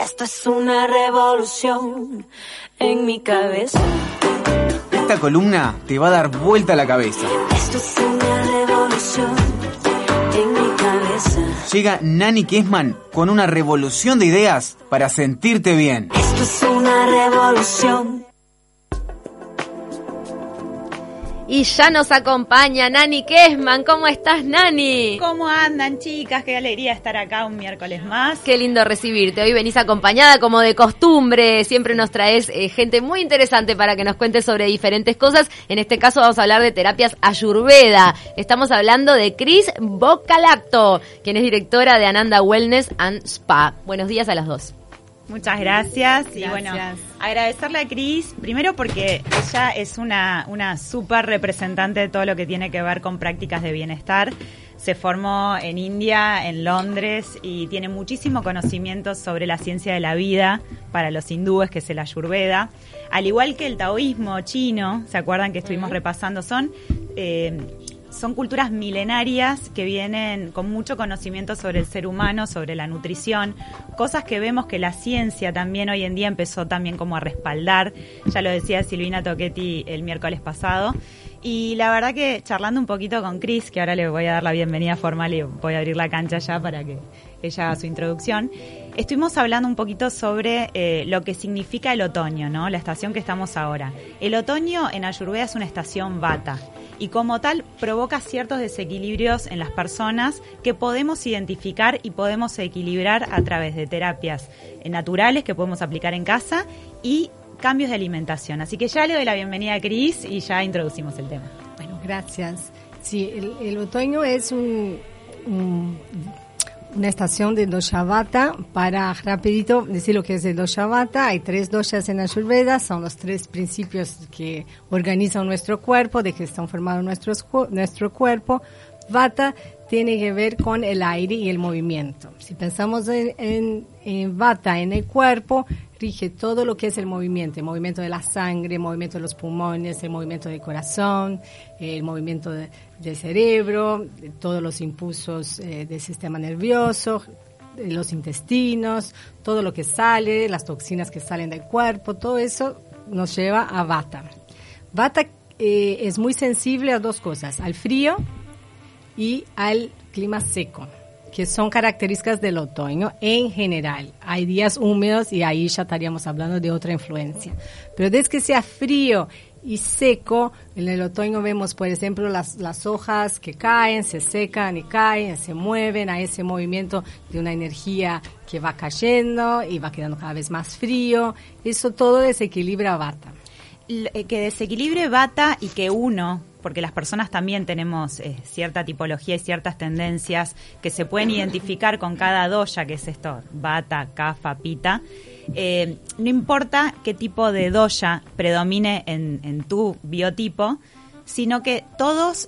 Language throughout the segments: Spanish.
Esto es una revolución en mi cabeza. Esta columna te va a dar vuelta la cabeza. Esto es una revolución en mi cabeza. Llega Nani Kessman con una revolución de ideas para sentirte bien. Esto es una revolución. Y ya nos acompaña Nani Kessman. ¿Cómo estás, Nani? ¿Cómo andan, chicas? Qué alegría estar acá un miércoles más. Qué lindo recibirte. Hoy venís acompañada como de costumbre. Siempre nos traes gente muy interesante para que nos cuentes sobre diferentes cosas. En este caso vamos a hablar de terapias Ayurveda. Estamos hablando de Cris Bocalacto, quien es directora de Ananda Wellness and Spa. Buenos días a las dos. Muchas gracias. Y bueno, agradecerle a Cris, primero porque ella es una súper representante de todo lo que tiene que ver con prácticas de bienestar. Se formó en India, en Londres, y tiene muchísimo conocimiento sobre la ciencia de la vida para los hindúes, que es el Ayurveda. Al igual que el taoísmo chino, ¿se acuerdan que estuvimos repasando? Son culturas milenarias que vienen con mucho conocimiento sobre el ser humano, sobre la nutrición, cosas que vemos que la ciencia también hoy en día empezó también como a respaldar. Ya lo decía Silvina Tocchetti el miércoles pasado. Y la verdad que charlando un poquito con Cris, que ahora le voy a dar la bienvenida formal y voy a abrir la cancha ya para que ella haga su introducción, estuvimos hablando un poquito sobre lo que significa el otoño, ¿no? La estación que estamos ahora. El otoño en Ayurveda es una estación vata y como tal provoca ciertos desequilibrios en las personas que podemos identificar y podemos equilibrar a través de terapias naturales que podemos aplicar en casa y cambios de alimentación. Así que ya le doy la bienvenida a Cris y ya introducimos el tema. Bueno, gracias. Sí, el otoño es una estación de dosha vata. Para rapidito decir lo que es el dosha vata, hay 3 doshas en Ayurveda, son los 3 principios que organizan nuestro cuerpo, de que están formados nuestro cuerpo. Vata tiene que ver con el aire y el movimiento. Si pensamos en vata en el cuerpo, rige todo lo que es el movimiento de la sangre, el movimiento de los pulmones, el movimiento del corazón, el movimiento del cerebro, todos los impulsos del sistema nervioso, los intestinos, todo lo que sale, las toxinas que salen del cuerpo, todo eso nos lleva a vata. Vata es muy sensible a 2 cosas, al frío y al clima seco, que son características del otoño en general. Hay días húmedos y ahí ya estaríamos hablando de otra influencia. Pero desde que sea frío y seco, en el otoño vemos, por ejemplo, las hojas que caen, se secan y caen, se mueven a ese movimiento de una energía que va cayendo y va quedando cada vez más frío. Eso todo desequilibra vata. Que desequilibre vata y que uno, porque las personas también tenemos cierta tipología y ciertas tendencias que se pueden identificar con cada dosha, que es esto, vata, kapha, pitta. No importa qué tipo de dosha predomine en tu biotipo, sino que todos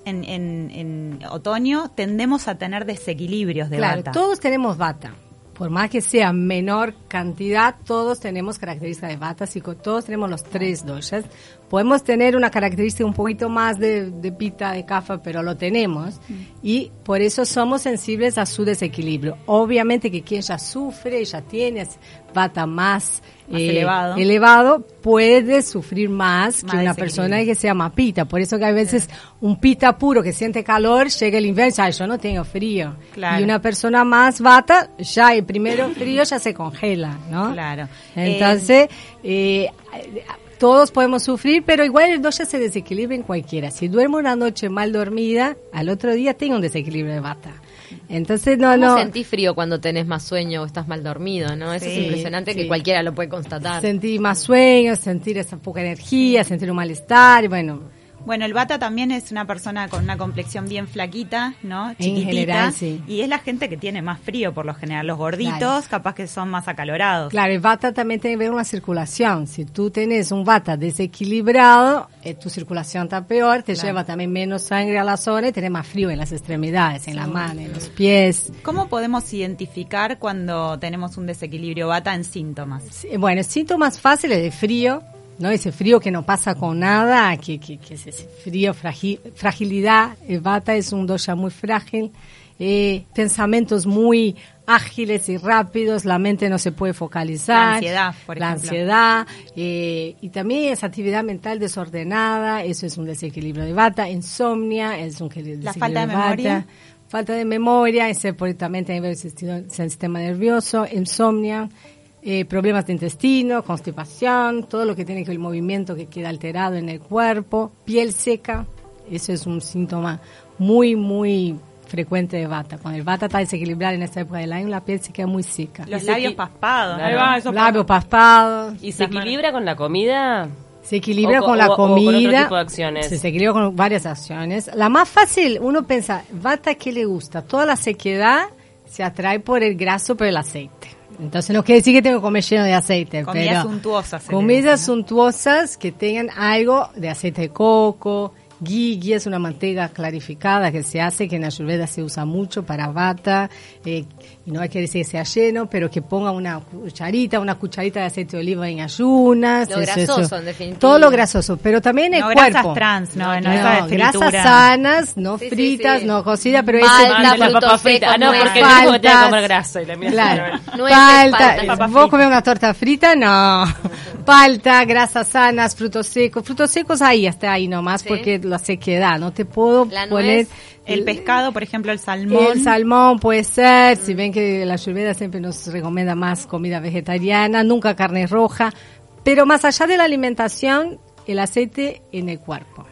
en otoño tendemos a tener desequilibrios de vata. Claro, todos tenemos vata. Por más que sea menor cantidad, todos tenemos características de vata, todos tenemos los 3 doshas. Podemos tener una característica un poquito más de pitta, de kapha, pero lo tenemos. Y por eso somos sensibles a su desequilibrio. Obviamente que quien ya sufre, ya tiene vata más elevado, puede sufrir más que una persona que sea más pitta. Por eso que a veces un pitta puro que siente calor, llega el invierno y dice, yo no tengo frío. Claro. Y una persona más vata, ya el primero frío ya se congela, ¿no? Claro. Entonces, todos podemos sufrir, pero igual el dosha se desequilibra en cualquiera. Si duermo una noche mal dormida, al otro día tengo un desequilibrio de vata. Entonces, ¿Cómo sentís frío cuando tenés más sueño o estás mal dormido, no? Eso es impresionante, que cualquiera lo puede constatar. Sentir más sueño, sentir esa poca energía, sentir un malestar, Bueno, el vata también es una persona con una complexión bien flaquita, ¿no? Chiquitita. En general, sí. Y es la gente que tiene más frío por lo general. Los gorditos, capaz que son más acalorados. Claro, el vata también tiene que ver con la circulación. Si tú tenés un vata desequilibrado, tu circulación está peor, te lleva también menos sangre a la zona y tenés más frío en las extremidades, en la mano, en los pies. ¿Cómo podemos identificar cuando tenemos un desequilibrio vata en síntomas? Bueno, síntomas fáciles de frío, ¿no? Ese frío que no pasa con nada, que es ese frío, fragilidad. El vata es un dosha muy frágil. Pensamientos muy ágiles y rápidos, la mente no se puede focalizar. La ansiedad, por ejemplo. La ansiedad, y también esa actividad mental desordenada, eso es un desequilibrio de Vata. Insomnia es un desequilibrio la falta de Vata. memoria. Falta de memoria, también a nivel del sistema nervioso, insomnia, problemas de intestino, constipación, todo lo que tiene que ver el movimiento que queda alterado en el cuerpo, piel seca, eso es un síntoma muy, muy frecuente de Vata. Cuando el Vata está desequilibrado en esta época del año, la piel se queda muy seca. Los labios paspados. Ahí va, eso labios paspados. ¿Y se equilibra con la comida? Se equilibra con la comida. ¿O con otro tipo de acciones? Se equilibra con varias acciones. La más fácil, uno piensa, Vata, ¿qué le gusta? Toda la sequedad se atrae por el graso, por el aceite. Entonces no quiere decir que tengo que comer lleno de aceite. Comidas suntuosas. Comidas suntuosas que tengan algo de aceite de coco. Ghee es una manteca clarificada que se hace, que en Ayurveda se usa mucho para Vata, y no hay que decir que sea lleno, pero que ponga una cucharita de aceite de oliva en ayunas. Lo grasoso, en definitiva. Todo lo grasoso, pero también el cuerpo. Grasas trans, no grasas sanas, no fritas, no cocidas, pero Palta, la papa frita. no, porque faltas, tengo que comer grasa. Y la claro. Palta. ¿Vos comés una torta frita? No. Palta, grasas sanas, frutos secos. Frutos secos hasta ahí nomás, porque la sequedad, no te puedo poner... El pescado, por ejemplo, el salmón. El salmón puede ser, si ven que la Ayurveda siempre nos recomienda más comida vegetariana, nunca carne roja, pero más allá de la alimentación, el aceite en el cuerpo.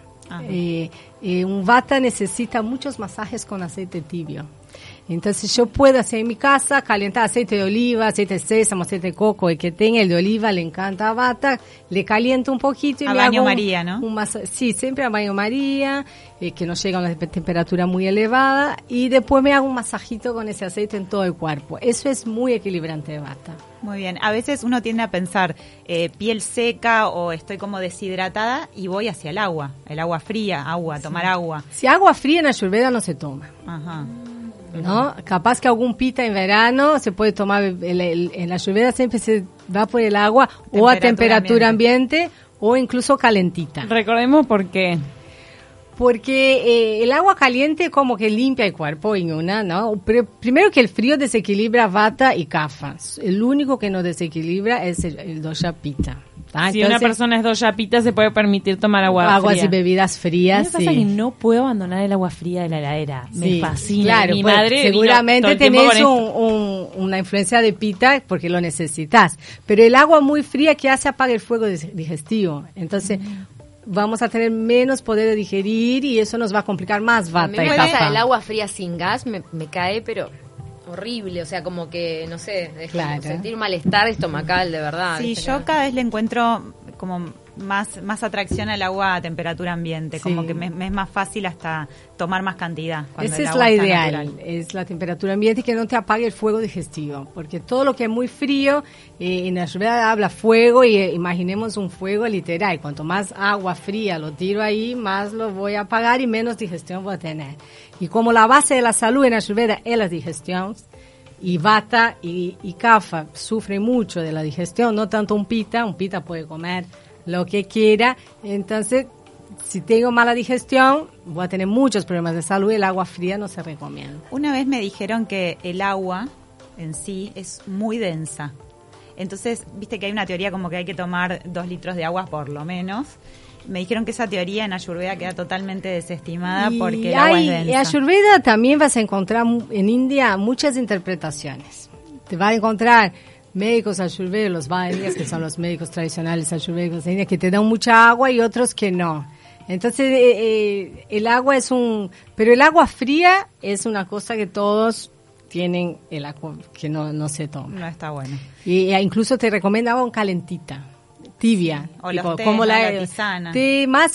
Un Vata necesita muchos masajes con aceite tibio. Entonces yo puedo hacer en mi casa, calentar aceite de oliva, aceite de sésamo, aceite de coco, el que tenga el de oliva, le encanta a Vata, le caliento un poquito y a me baño hago María, ¿no? Sí, siempre a baño María, que no llega a una temperatura muy elevada, y después me hago un masajito con ese aceite en todo el cuerpo. Eso es muy equilibrante de Vata. Muy bien. A veces uno tiende a pensar piel seca o estoy como deshidratada y voy hacia el agua fría, tomar agua. Si agua fría en Ayurveda no se toma. Ajá. ¿No? Capaz que algún pita en verano se puede tomar, en la Ayurveda siempre se va por el agua o a temperatura ambiente o incluso calentita. Recordemos por qué. Porque el agua caliente como que limpia el cuerpo ¿no? Pero primero que el frío desequilibra Vata y Kapha. El único que no desequilibra es el dosha Pitta. Si una persona es dosha Pitta, se puede permitir tomar agua fría. Aguas y bebidas frías. Me pasa que no puedo abandonar el agua fría de la heladera. Me fascina. Claro, mi madre seguramente tenés una influencia de Pitta porque lo necesitas. Pero el agua muy fría, ¿qué hace? Apaga el fuego digestivo. Entonces vamos a tener menos poder de digerir y eso nos va a complicar más Vata. A mí me pasa el agua fría sin gas, me cae, pero horrible, o sea, como que, no sé, sentir malestar estomacal, de verdad. Sí, yo cada vez le encuentro como más atracción al agua a temperatura ambiente, como que me es más fácil hasta tomar más cantidad. Esa es la ideal, es la temperatura ambiente y que no te apague el fuego digestivo, porque todo lo que es muy frío, en la Ayurveda habla fuego y imaginemos un fuego literal, cuanto más agua fría lo tiro ahí, más lo voy a apagar y menos digestión voy a tener. Y como la base de la salud en Ayurveda es la digestión, y Vata y Kapha sufren mucho de la digestión, no tanto un Pitta puede comer lo que quiera, entonces si tengo mala digestión voy a tener muchos problemas de salud y el agua fría no se recomienda. Una vez me dijeron que el agua en sí es muy densa, entonces viste que hay una teoría como que hay que tomar 2 litros de agua por lo menos. Me dijeron que esa teoría en Ayurveda queda totalmente desestimada porque el agua es densa. En Ayurveda también vas a encontrar en India muchas interpretaciones. Te vas a encontrar médicos ayurvedas, los Vaidhas, que son los médicos tradicionales ayurvedas de India, que te dan mucha agua y otros que no. Entonces, el agua pero el agua fría es una cosa que todos tienen, el agua que no se toma. No está bueno. Y incluso te recomienda agua calentita. Tibia, o los tés, como la tisana. Más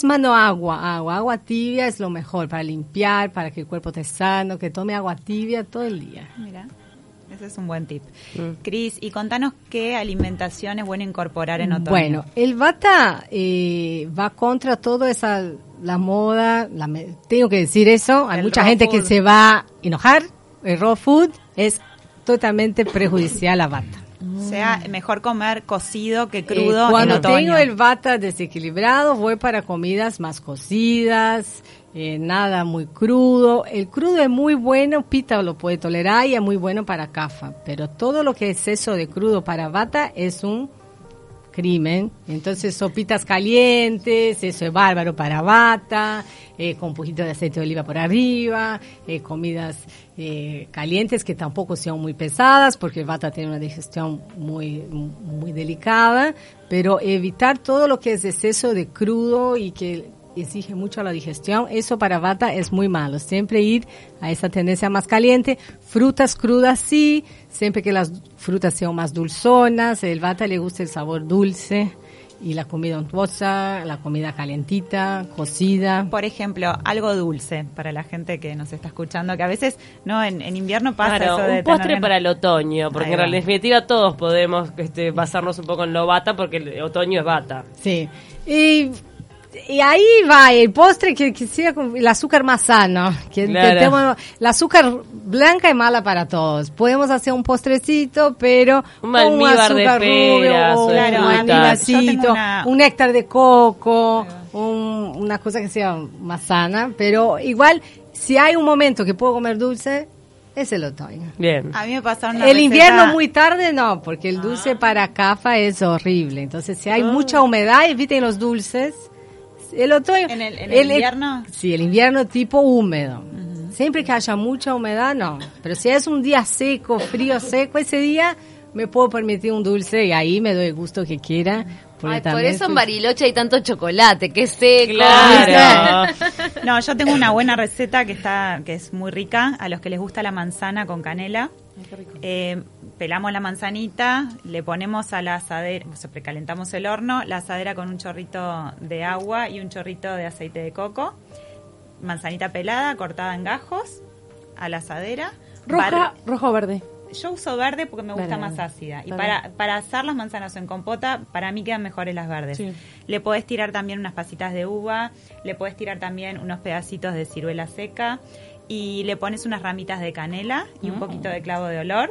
agua tibia es lo mejor para limpiar, para que el cuerpo esté sano, que tome agua tibia todo el día. Mira, ese es un buen tip. Cris, y contanos qué alimentación es bueno incorporar en otoño. Bueno, el Vata va contra todo la moda, tengo que decir eso, hay mucha gente que se va a enojar, el raw food es totalmente perjudicial a Vata. sea mejor comer cocido que crudo. Cuando en otoño. tengo el vata desequilibrado, voy para comidas más cocidas, nada muy crudo. El crudo es muy bueno, Pita lo puede tolerar y es muy bueno para Kapha, pero todo lo que es exceso de crudo para vata es un crimen. Entonces, sopitas calientes, eso es bárbaro para vata, con un poquito de aceite de oliva por arriba, comidas calientes que tampoco sean muy pesadas, porque el vata tiene una digestión muy delicada, pero evitar todo lo que es exceso de crudo y que exige mucho la digestión, eso para vata es muy malo. Siempre ir a esa tendencia más caliente. Frutas crudas sí, siempre que las frutas sean más dulzonas. El vata le gusta el sabor dulce y la comida untuosa, la comida calientita, cocida. Por ejemplo, algo dulce para la gente que nos está escuchando, que a veces no en invierno pasa eso de un postre tener... para el otoño, porque en definitiva todos podemos basarnos un poco en lo vata, porque el otoño es vata. Sí. Y ahí va el postre que sea con el azúcar más sano. Claro. El azúcar blanca es mala para todos. Podemos hacer un postrecito, pero un almíbar de peras, o claro, un almíbarcito, un néctar de coco, una cosa que sea más sana. Pero igual, si hay un momento que puedo comer dulce, es el otoño. Bien. A mí me pasaron El invierno muy tarde no, porque el dulce para Kapha es horrible. Entonces, si hay mucha humedad, eviten los dulces. El otoño. ¿En el invierno? Sí, el invierno tipo húmedo. Siempre que haya mucha humedad, no. Pero si es un día seco, frío, seco, ese día me puedo permitir un dulce y ahí me doy el gusto que quiera. Ay, por eso en Bariloche hay tanto chocolate, que seco. Claro. No, yo tengo una buena receta que es muy rica. A los que les gusta la manzana con canela. Pelamos la manzanita, le ponemos a la asadera, precalentamos el horno, la asadera con un chorrito de agua y un chorrito de aceite de coco, manzanita pelada, cortada en gajos, a la asadera. ¿Roja o verde? Yo uso verde porque me gusta más ácida. Y para asar las manzanas en compota, para mí quedan mejores las verdes. Sí. Le podés tirar también unas pasitas de uva, le podés tirar también unos pedacitos de ciruela seca y le pones unas ramitas de canela y un poquito de clavo de olor.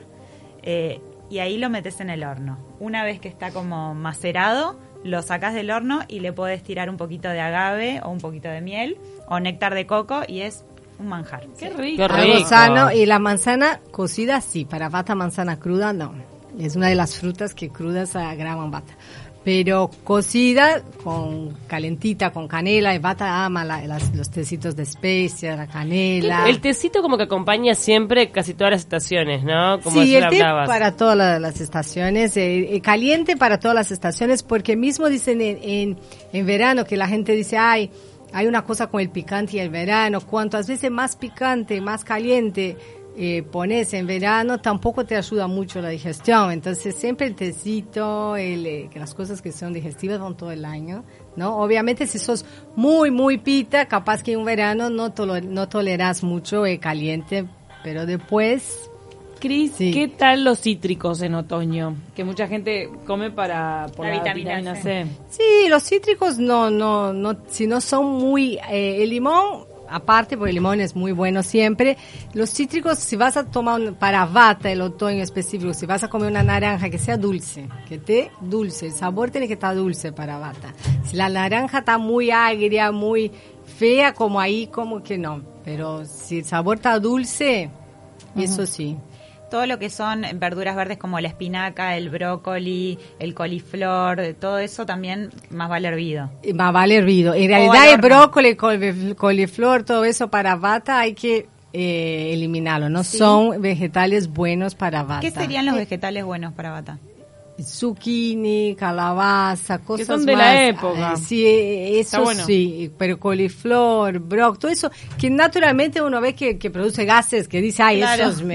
Y ahí lo metes en el horno. Una vez que está como macerado, lo sacas del horno y le podés tirar un poquito de agave o un poquito de miel o néctar de coco y es un manjar. ¡Qué rico! Algo sano. Y la manzana cocida sí, para vata manzana cruda no. Es una de las frutas que crudas agravan vata. Pero cocida, con calentita, con canela, y vata ama los tecitos de especias, la canela. El tecito como que acompaña siempre casi todas las estaciones, ¿no? Como sí, el té hablabas. Para todas las estaciones, caliente para todas las estaciones, porque mismo dicen en verano que la gente dice, ay, hay una cosa con el picante y el verano, cuantas veces más picante, más caliente pones en verano, tampoco te ayuda mucho la digestión. Entonces siempre el tecito, que las cosas que son digestivas van todo el año, ¿no? Obviamente si sos muy pita, capaz que en verano no toleras mucho caliente, pero después... Cris, sí. ¿Qué tal los cítricos en otoño? Que mucha gente come por la vitamina C. Sí, los cítricos no, si no son muy... el limón... Aparte, porque el limón es muy bueno siempre. Los cítricos, si vas a tomar para vata, el otoño específico, si vas a comer una naranja que sea dulce, que esté dulce, el sabor tiene que estar dulce para vata. Si la naranja está muy agria, muy fea, como ahí, como que no. Pero si el sabor está dulce, eso sí. Todo lo que son verduras verdes como la espinaca, el brócoli, el coliflor, todo eso también más vale hervido. Más vale hervido. En realidad el brócoli, coliflor, todo eso para vata hay que eliminarlo. No son vegetales buenos para vata. ¿Qué serían los vegetales buenos para vata? Zucchini, calabaza, cosas que son de más, la época. Sí, eso bueno. Sí, pero coliflor, brócoli, todo eso que naturalmente uno ve que produce gases, que dice, ay, claro. Esos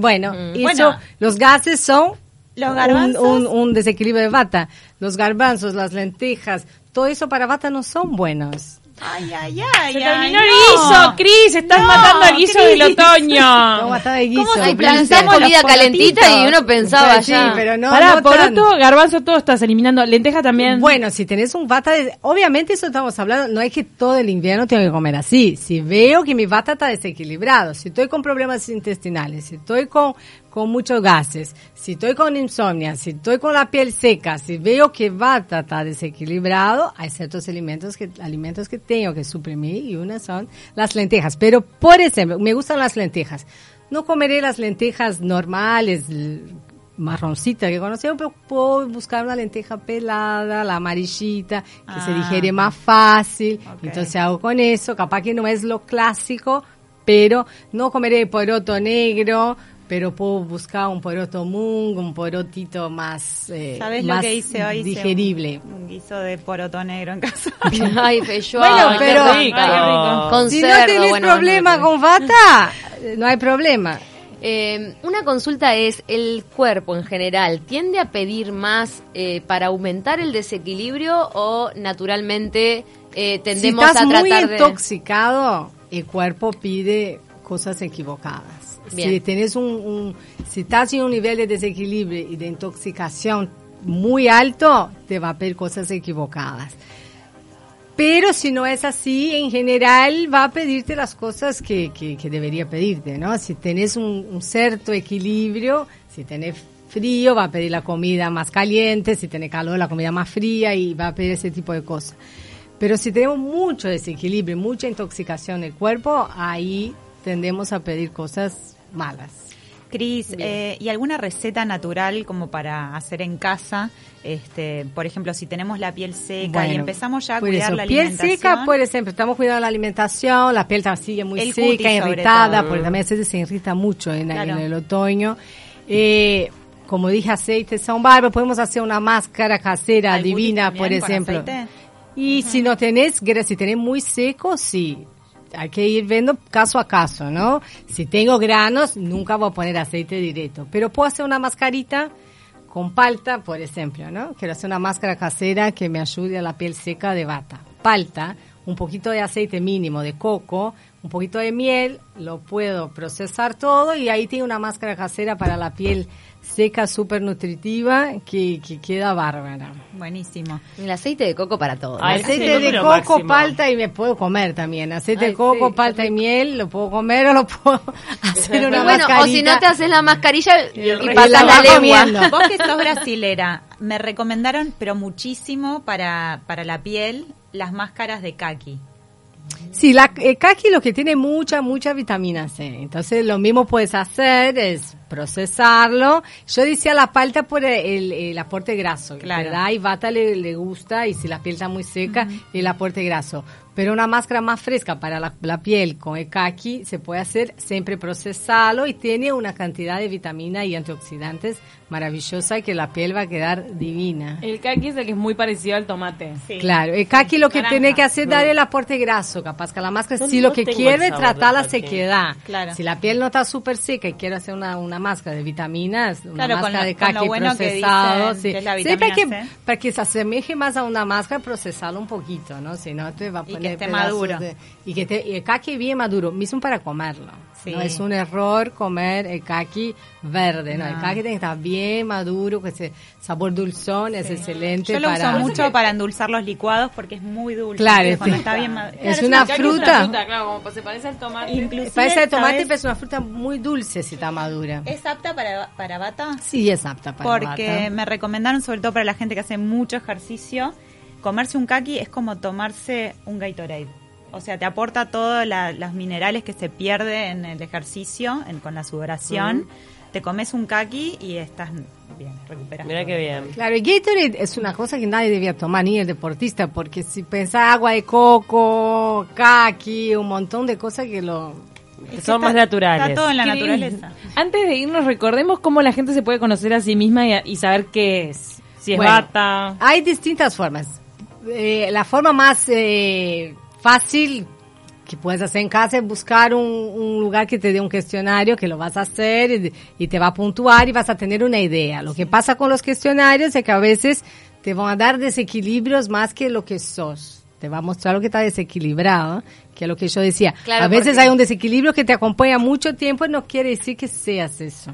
los gases son los garbanzos, un desequilibrio de vata. Los garbanzos, las lentejas, todo eso para vata no son buenos. Ay. Se terminó el guiso, Cris, estás matando el guiso del otoño. No, matar el guiso. Hay plantar comida calentita y uno pensaba sí, ya. pero no. Pará, poroto, garbanzo, todo estás eliminando. Lenteja también. Bueno, si tenés un vata, obviamente eso estamos hablando, no es que todo el invierno tengo que comer así. Si veo que mi vata está desequilibrado, si estoy con problemas intestinales, si estoy con con muchos gases, si estoy con insomnia, si estoy con la piel seca, si veo que Vata está desequilibrado, hay ciertos alimentos que tengo que suprimir y una son las lentejas. Pero, por ejemplo, me gustan las lentejas. No comeré las lentejas normales, marroncita que conocemos, pero puedo buscar una lenteja pelada, la amarillita, que se digiere más fácil. Okay. Entonces hago con eso, capaz que no es lo clásico, pero no comeré poroto negro, pero puedo buscar un poroto mung, un porotito más ¿sabes más lo que hice hoy? digerible. Un guiso de poroto negro en casa. Ay, feyó. Bueno, pero qué rico. Con si cerdo, no tenés problema con Vata, no hay problema. Una consulta es, ¿el cuerpo en general tiende a pedir más para aumentar el desequilibrio o naturalmente tendemos a tratar de... Si estás muy intoxicado, el cuerpo pide cosas equivocadas. Bien. Si tenés si estás en un nivel de desequilibrio y de intoxicación muy alto, te va a pedir cosas equivocadas. Pero si no es así, en general va a pedirte las cosas que debería pedirte, ¿no? Si tenés un cierto equilibrio, si tenés frío, va a pedir la comida más caliente, si tenés calor, la comida más fría, y va a pedir ese tipo de cosas. Pero si tenemos mucho desequilibrio, mucha intoxicación en el cuerpo, ahí tendemos a pedir cosas malas. Cris, ¿y alguna receta natural como para hacer en casa? Por ejemplo, si tenemos la piel seca y empezamos ya a cuidar la alimentación. Piel seca, por ejemplo, estamos cuidando la alimentación, la piel sigue muy seca, irritada, porque también a veces se irrita mucho en el otoño. Como dije, aceites son bárbaros, podemos hacer una máscara casera divina, por ejemplo. Y si no tenés, si tenés muy seco, sí. Hay que ir viendo caso a caso, ¿no? Si tengo granos, nunca voy a poner aceite directo. Pero puedo hacer una mascarita con palta, por ejemplo, ¿no? Quiero hacer una máscara casera que me ayude a la piel seca de Vata. Palta, un poquito de aceite mínimo de coco, un poquito de miel, lo puedo procesar todo y ahí tengo una máscara casera para la piel seca, súper nutritiva, que queda bárbara. Buenísimo. El aceite de coco para todo. Aceite de coco, máximo. Palta, y me puedo comer también. Aceite de coco, palta y miel, lo puedo comer o lo puedo hacer una mascarita. O si no te haces la mascarilla y pasas la lengua. Vos que sos brasilera, me recomendaron, pero muchísimo para la piel, las máscaras de caqui. Sí, el caqui lo que tiene mucha vitamina C. Entonces lo mismo puedes hacer es procesarlo. Yo decía la palta por el aporte graso, claro. ¿Verdad? Y Vata le gusta, y si la piel está muy seca, el aporte graso. Pero una máscara más fresca para la piel con el caqui se puede hacer siempre procesarlo y tiene una cantidad de vitamina y antioxidantes maravillosa que la piel va a quedar divina. El caqui es el que es muy parecido al tomate. Sí. Claro, el caqui lo que tiene que hacer es dar el aporte graso, capaz que la máscara, si lo que quiere es tratar la sequedad. Claro. Si la piel no está súper seca y quiero hacer una máscara de vitaminas, una máscara de caqui procesado, sí. Que es la vitamina C. Para que se asemeje más a una máscara, procesarlo un poquito, ¿no? Si no te va a poner que esté maduro. Y el caqui bien maduro, mismo para comerlo. Sí. No es un error comer el caqui verde, ¿no? El caqui tiene que estar bien maduro, con ese sabor dulzón, es excelente. Yo lo uso mucho para endulzar los licuados porque es muy dulce. Claro, cuando está bien maduro. Es una fruta. Claro, como se parece al tomate. Inclusive, parece al tomate, pero es una fruta muy dulce si está madura. ¿Es apta para Vata? Sí, es apta para Vata. Porque me recomendaron, sobre todo para la gente que hace mucho ejercicio, comerse un caqui es como tomarse un Gatorade. O sea, te aporta todos los minerales que se pierden en el ejercicio, con la sudoración. Te comes un caqui y estás bien, recuperas. Mira qué bien. Claro, el Gatorade es una cosa que nadie debía tomar, ni el deportista, porque si pensás agua de coco, caqui, un montón de cosas que son más naturales. Está todo en la naturaleza. Antes de irnos, recordemos cómo la gente se puede conocer a sí misma y saber qué es. Si es Vata. Hay distintas formas. La forma más fácil que puedes hacer en casa es buscar un lugar que te dé un cuestionario, que lo vas a hacer y te va a puntuar y vas a tener una idea. Lo que pasa con los cuestionarios es que a veces te van a dar desequilibrios más que lo que sos. Te va a mostrar lo que está desequilibrado, que es lo que yo decía. Claro, a veces hay un desequilibrio que te acompaña mucho tiempo y no quiere decir que seas eso.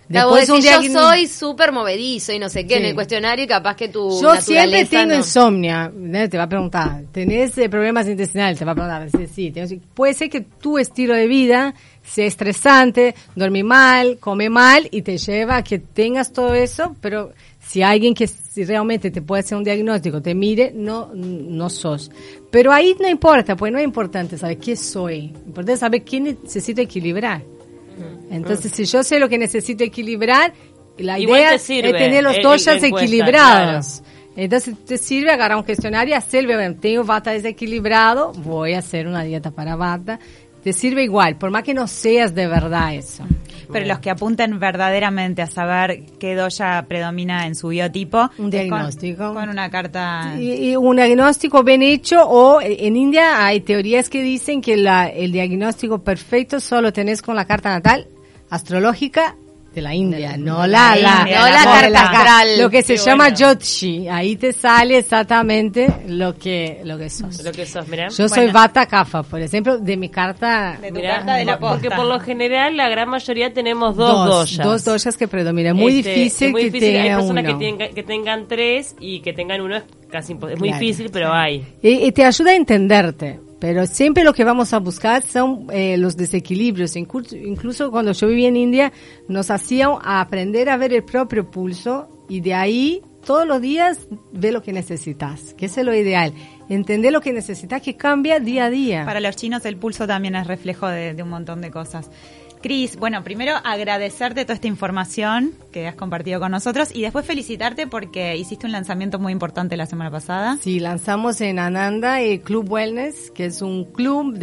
Después yo soy súper movedizo y no sé qué en el cuestionario y capaz que tu yo siempre tengo insomnia, te va a preguntar, ¿tenés problemas intestinales? Te va a preguntar, sí. Puede ser que tu estilo de vida sea estresante, dormir mal, come mal y te lleva a que tengas todo eso, pero si alguien que si realmente te puede hacer un diagnóstico, te mire, no sos. Pero ahí no importa, pues no es importante saber qué soy, es importante saber qué necesito equilibrar. Entonces, si yo sé lo que necesito equilibrar, la idea es tener los doshas equilibrados. Claro. Entonces, te sirve agarrar un cuestionario y hacer, tengo vata desequilibrado, voy a hacer una dieta para vata. Te sirve igual, por más que no seas de verdad eso. Pero los que apunten verdaderamente a saber qué dosha predomina en su biotipo, un diagnóstico. Con una carta. Y un diagnóstico bien hecho, o en India hay teorías que dicen que el diagnóstico perfecto solo tenés con la carta natal astrológica de la India, no la carta astral. Lo que se llama Jyotshi, ahí te sale exactamente lo que sos. Lo que sos, mirá. Yo soy Vata Kapha, por ejemplo, de mi carta. De tu carta de la posta. Porque por lo general la gran mayoría tenemos dos doshas. Dos doshas que predominan. Muy difícil que tenga hay personas uno. que tengan tres y que tengan uno es casi imposible. Es muy difícil, pero hay. Y te ayuda a entenderte. Pero siempre lo que vamos a buscar son los desequilibrios. Incluso cuando yo vivía en India, nos hacían aprender a ver el propio pulso y de ahí todos los días ve lo que necesitas, que eso es lo ideal. Entender lo que necesitas, que cambia día a día. Para los chinos el pulso también es reflejo de un montón de cosas. Cris, bueno, primero agradecerte toda esta información que has compartido con nosotros y después felicitarte porque hiciste un lanzamiento muy importante la semana pasada. Sí, lanzamos en Ananda el Club Wellness, que es un club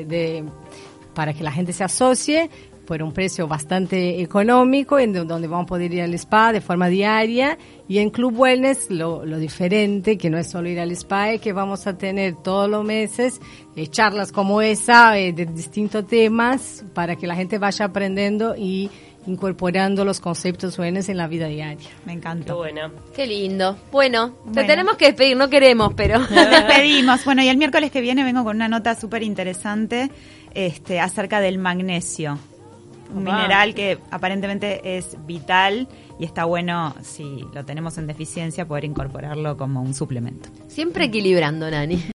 para que la gente se asocie por un precio bastante económico, donde vamos a poder ir al spa de forma diaria. Y en Club Wellness lo diferente, que no es solo ir al spa, es que vamos a tener todos los meses charlas como esa de distintos temas para que la gente vaya aprendiendo y incorporando los conceptos wellness en la vida diaria. Me encanta. Qué buena. Qué lindo. Bueno, te tenemos que despedir, no queremos, pero... Nos despedimos. Bueno, y el miércoles que viene vengo con una nota súper interesante acerca del magnesio. Un mineral que aparentemente es vital y está bueno, si lo tenemos en deficiencia, poder incorporarlo como un suplemento. Siempre equilibrando, Nani.